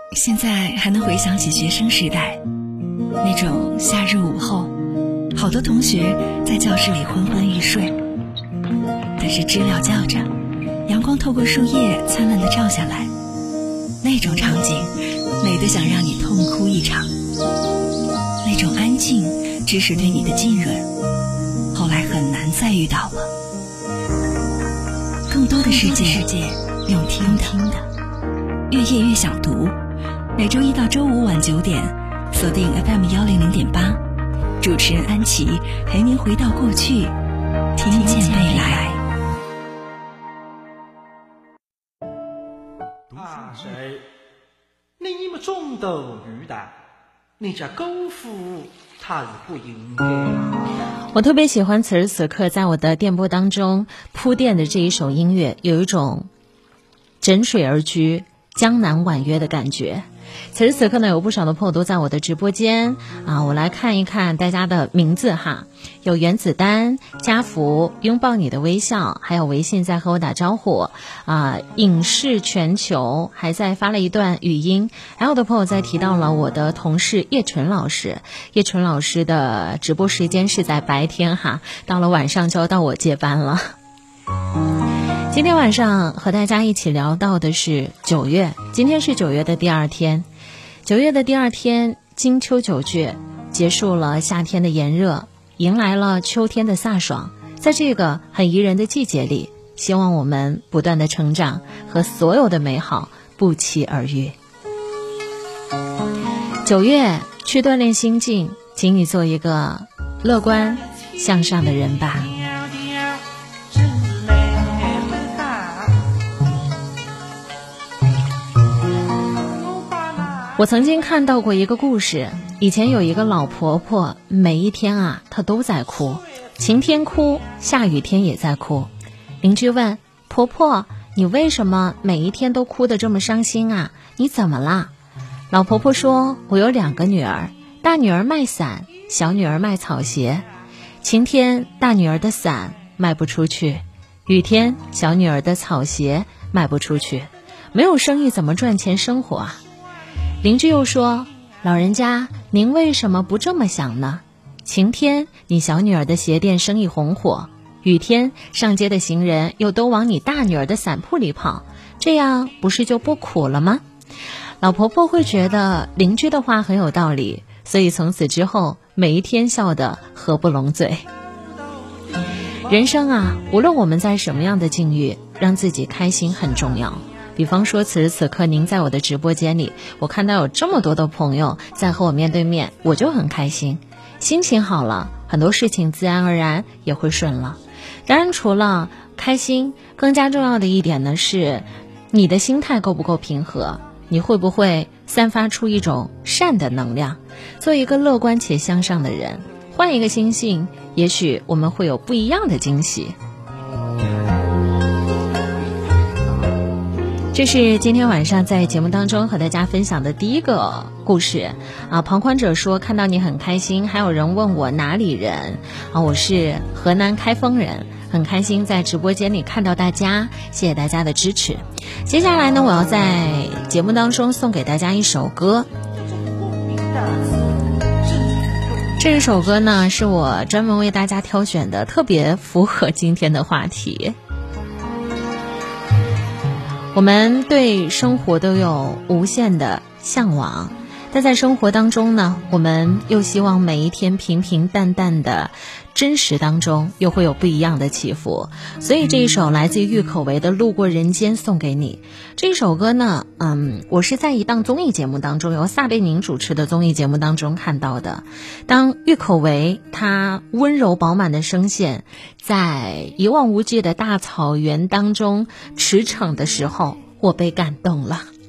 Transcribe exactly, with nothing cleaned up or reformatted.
现在还能回想起学生时代那种夏日午后，好多同学在教室里昏昏欲睡，但是知了叫着，阳光透过树叶灿烂地照下来，那种场景美得想让你痛哭一场。那种安静只是对你的浸润，后来很难再遇到了。更多的世界用听的，越夜越想读，每周一到周五晚九点，锁定 F M 幺零零点八，主持人安琪陪您回到过去，听见未来。 啊，谁？你们中斗鱼的，你家狗夫他是不应该。 我特别喜欢此时此刻在我的电波当中铺垫的这一首音乐，有一种枕水而居江南婉约的感觉。此时此刻呢，有不少的朋友都在我的直播间啊，我来看一看大家的名字哈，有原子丹、家福、拥抱你的微笑，还有微信在和我打招呼啊，影视全球还在发了一段语音，还有的朋友在提到了我的同事叶纯老师，叶纯老师的直播时间是在白天哈，到了晚上就要到我接班了。今天晚上和大家一起聊到的是九月，今天是九月的第二天，九月的第二天，金秋九绝，结束了夏天的炎热，迎来了秋天的飒爽。在这个很宜人的季节里，希望我们不断的成长，和所有的美好不期而遇。九月去锻炼心境，请你做一个乐观向上的人吧。我曾经看到过一个故事，以前有一个老婆婆，每一天啊她都在哭，晴天哭，下雨天也在哭。邻居问婆婆，你为什么每一天都哭得这么伤心啊？你怎么啦？老婆婆说，我有两个女儿，大女儿卖伞，小女儿卖草鞋。晴天大女儿的伞卖不出去，雨天小女儿的草鞋卖不出去，没有生意怎么赚钱生活啊？邻居又说，老人家您为什么不这么想呢？晴天你小女儿的鞋店生意红火，雨天上街的行人又都往你大女儿的伞铺里跑，这样不是就不苦了吗？老婆婆会觉得邻居的话很有道理，所以从此之后每一天笑得合不拢嘴。人生啊，无论我们在什么样的境遇，让自己开心很重要。比方说此时此刻您在我的直播间里，我看到有这么多的朋友在和我面对面，我就很开心，心情好了，很多事情自然而然也会顺了。当然除了开心，更加重要的一点呢是你的心态够不够平和，你会不会散发出一种善的能量，做一个乐观且向上的人，换一个心性，也许我们会有不一样的惊喜。这是今天晚上在节目当中和大家分享的第一个故事啊。旁观者说看到你很开心，还有人问我哪里人啊，我是河南开封人，很开心在直播间里看到大家，谢谢大家的支持。接下来呢，我要在节目当中送给大家一首歌，这一首歌呢是我专门为大家挑选的，特别符合今天的话题。我们对生活都有无限的向往，但在生活当中呢，我们又希望每一天平平淡淡的真实当中又会有不一样的起伏。所以这一首来自于郁可唯的《路过人间》送给你。这首歌呢，嗯，我是在一档综艺节目当中，由撒贝宁主持的综艺节目当中看到的。当郁可唯她温柔饱满的声线在一望无际的大草原当中驰骋的时候，我被感动了。